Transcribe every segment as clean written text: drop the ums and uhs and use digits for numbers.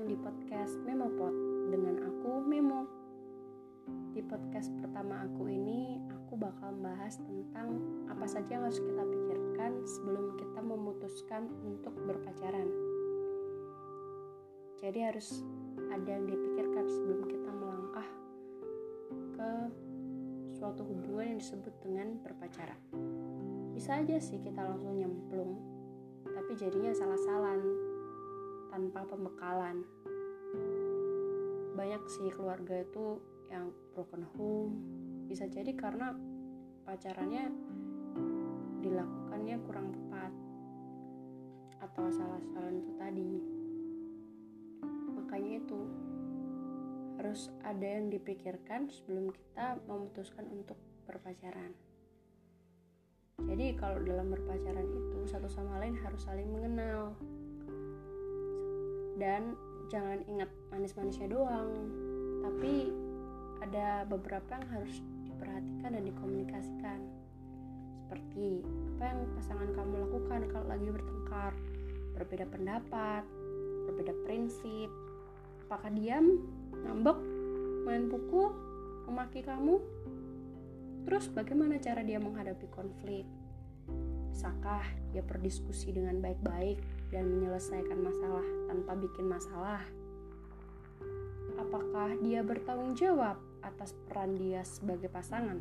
datang di podcast Memopod dengan aku Memo. Di podcast pertama aku ini, aku bakal membahas tentang apa saja yang harus kita pikirkan sebelum kita memutuskan untuk berpacaran. Jadi harus ada yang dipikirkan sebelum kita melangkah ke suatu hubungan yang disebut dengan berpacaran. Bisa aja sih kita langsung nyemplung, tapi jadinya salah-salan tanpa pembekalan. Banyak sih keluarga itu yang broken home, bisa jadi karena pacarannya dilakukannya kurang tepat atau salah-salah itu tadi. Makanya itu harus ada yang dipikirkan sebelum kita memutuskan untuk berpacaran. Jadi kalau dalam berpacaran itu satu sama lain harus saling mengenal. Dan jangan ingat manis-manisnya doang, tapi ada beberapa yang harus diperhatikan dan dikomunikasikan. Seperti apa yang pasangan kamu lakukan kalau lagi bertengkar, berbeda pendapat, berbeda prinsip. Apakah diam, ngambek, main pukul, memaki kamu? Terus bagaimana cara dia menghadapi konflik? Bisakah dia berdiskusi dengan baik-baik dan menyelesaikan masalah tanpa bikin masalah? Apakah dia bertanggung jawab atas peran dia sebagai pasangan?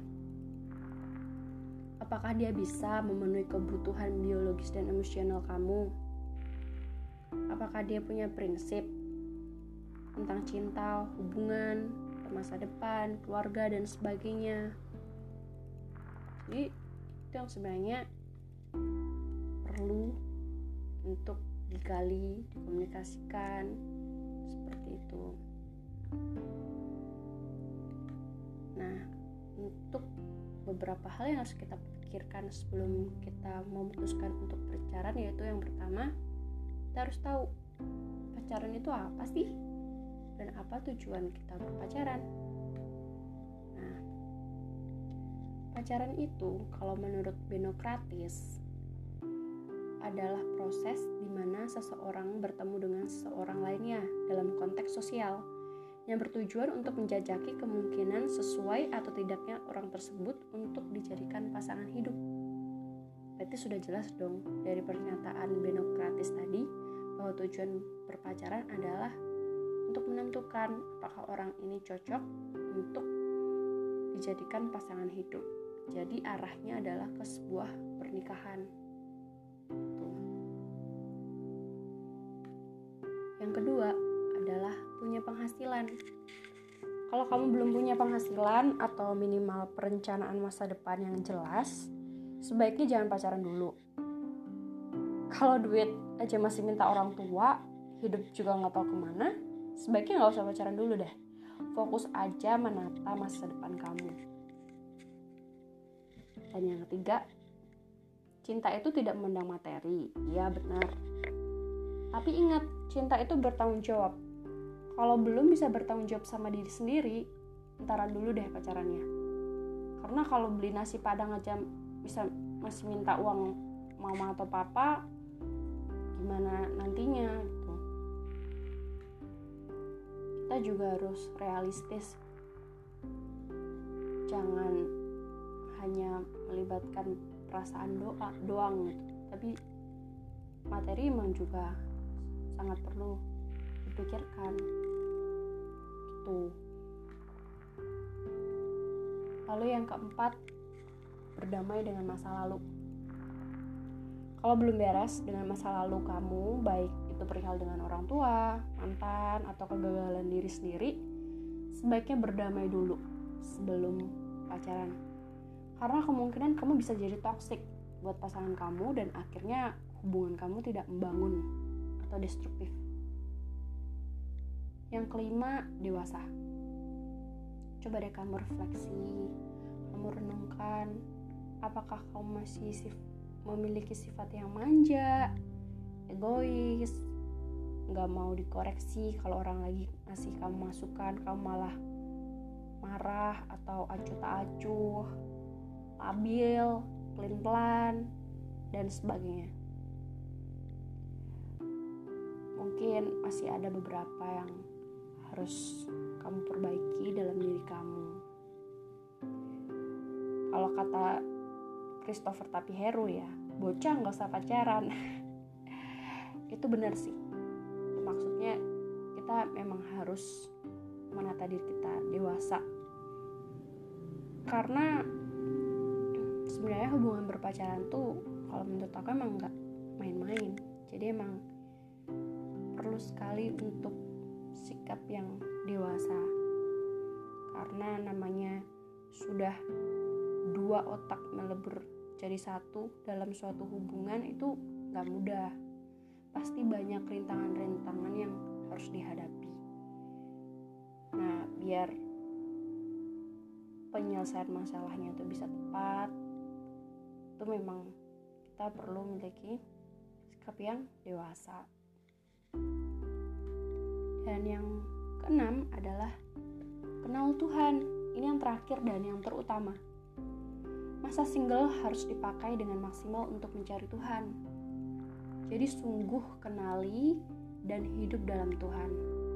Apakah dia bisa memenuhi kebutuhan biologis dan emosional kamu? Apakah dia punya prinsip tentang cinta, hubungan, masa depan, keluarga, dan sebagainya? Jadi itu yang sebenarnya perlu untuk digali, dikomunikasikan seperti itu. Nah, untuk beberapa hal yang harus kita pikirkan sebelum kita memutuskan untuk berpacaran, yaitu yang pertama, kita harus tahu pacaran itu apa sih dan apa tujuan kita berpacaran. Nah, pacaran itu kalau menurut Benokratis adalah proses di mana seseorang bertemu dengan seseorang lainnya dalam konteks sosial yang bertujuan untuk menjajaki kemungkinan sesuai atau tidaknya orang tersebut untuk dijadikan pasangan hidup. Berarti sudah jelas dong dari pernyataan Benokratis tadi bahwa tujuan berpacaran adalah untuk menentukan apakah orang ini cocok untuk dijadikan pasangan hidup. Jadi arahnya adalah ke sebuah pernikahan. Yang kedua adalah punya penghasilan. Kalau kamu belum punya penghasilan atau minimal perencanaan masa depan yang jelas, sebaiknya jangan pacaran dulu. Kalau duit aja masih minta orang tua, hidup juga gak tahu kemana, sebaiknya gak usah pacaran dulu deh. Fokus aja menata masa depan kamu. Dan yang ketiga, cinta itu tidak memandang materi. Iya benar. Tapi ingat, cinta itu bertanggung jawab. Kalau belum bisa bertanggung jawab sama diri sendiri, entaran dulu deh pacarannya. Karena kalau beli nasi padang aja bisa masih minta uang mama atau papa, gimana nantinya gitu. Kita juga harus realistis. Jangan hanya melibatkan perasaan doang gitu. Tapi materi memang juga sangat perlu dipikirkan gitu. Lalu yang keempat, berdamai dengan masa lalu. Kalau belum beres dengan masa lalu kamu, baik itu perihal dengan orang tua, mantan, atau kegagalan diri sendiri, sebaiknya berdamai dulu sebelum pacaran. Karena kemungkinan kamu bisa jadi toksik buat pasangan kamu dan akhirnya hubungan kamu tidak membangun atau destruktif. Yang kelima, dewasa. Coba deh kamu refleksi, kamu renungkan, apakah kamu masih memiliki sifat yang manja, egois, gak mau dikoreksi kalau orang lagi ngasih kamu masukan, kamu malah marah atau acuh tak acuh, labil, pelin-pelan, dan sebagainya. mungkin masih ada beberapa yang harus kamu perbaiki dalam diri kamu. Kalau kata Christopher Tapiheru ya, bocah gak usah pacaran. Itu benar sih. Maksudnya kita memang harus menata diri kita dewasa. Karena sebenarnya hubungan berpacaran tuh kalau menurut aku emang gak main-main. Jadi emang perlu sekali untuk sikap yang dewasa. Karena namanya sudah dua otak melebur jadi satu dalam suatu hubungan itu gak mudah. Pasti banyak rintangan-rintangan yang harus dihadapi. Nah, biar penyelesaian masalahnya itu bisa tepat, itu memang kita perlu memiliki sikap yang dewasa. Dan yang keenam adalah kenal Tuhan. Ini yang terakhir dan yang terutama. Masa single harus dipakai dengan maksimal untuk mencari Tuhan. Jadi sungguh kenali dan hidup dalam Tuhan.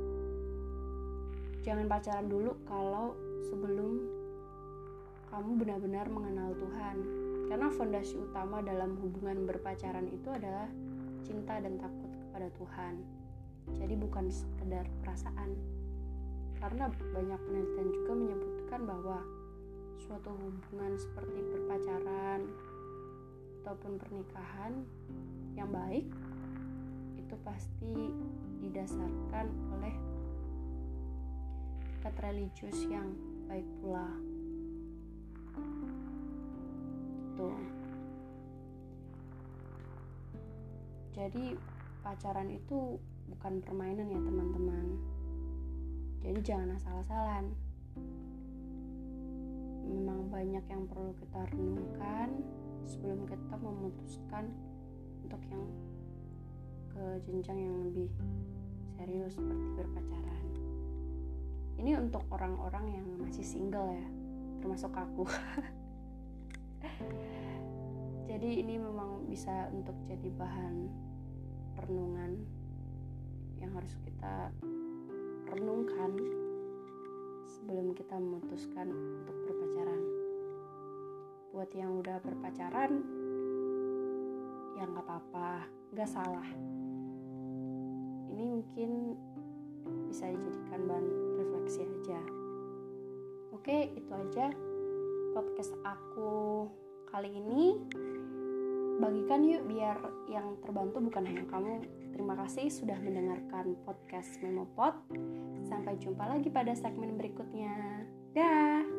Jangan pacaran dulu kalau sebelum kamu benar-benar mengenal Tuhan. Karena fondasi utama dalam hubungan berpacaran itu adalah cinta dan takut kepada Tuhan. Jadi bukan sekedar perasaan. Karena banyak penelitian juga menyebutkan bahwa suatu hubungan seperti berpacaran ataupun pernikahan yang baik itu pasti didasarkan oleh tingkat religius yang baik pula. Tuh. Jadi pacaran itu bukan permainan ya teman-teman. Jadi jangan asal-asalan. Memang banyak yang perlu kita renungkan sebelum kita memutuskan untuk yang ke jenjang yang lebih serius seperti berpacaran. Ini untuk orang-orang yang masih single ya, termasuk aku. Jadi ini memang bisa untuk jadi bahan renungan yang harus kita renungkan sebelum kita memutuskan untuk berpacaran. Buat yang udah berpacaran, ya gak apa-apa, gak salah. Ini mungkin bisa dijadikan bahan refleksi aja. Oke, itu aja podcast aku kali ini. Bagikan yuk biar yang terbantu bukan hanya kamu. Terima kasih sudah mendengarkan podcast Memopod. Sampai jumpa lagi pada segmen berikutnya. Dah.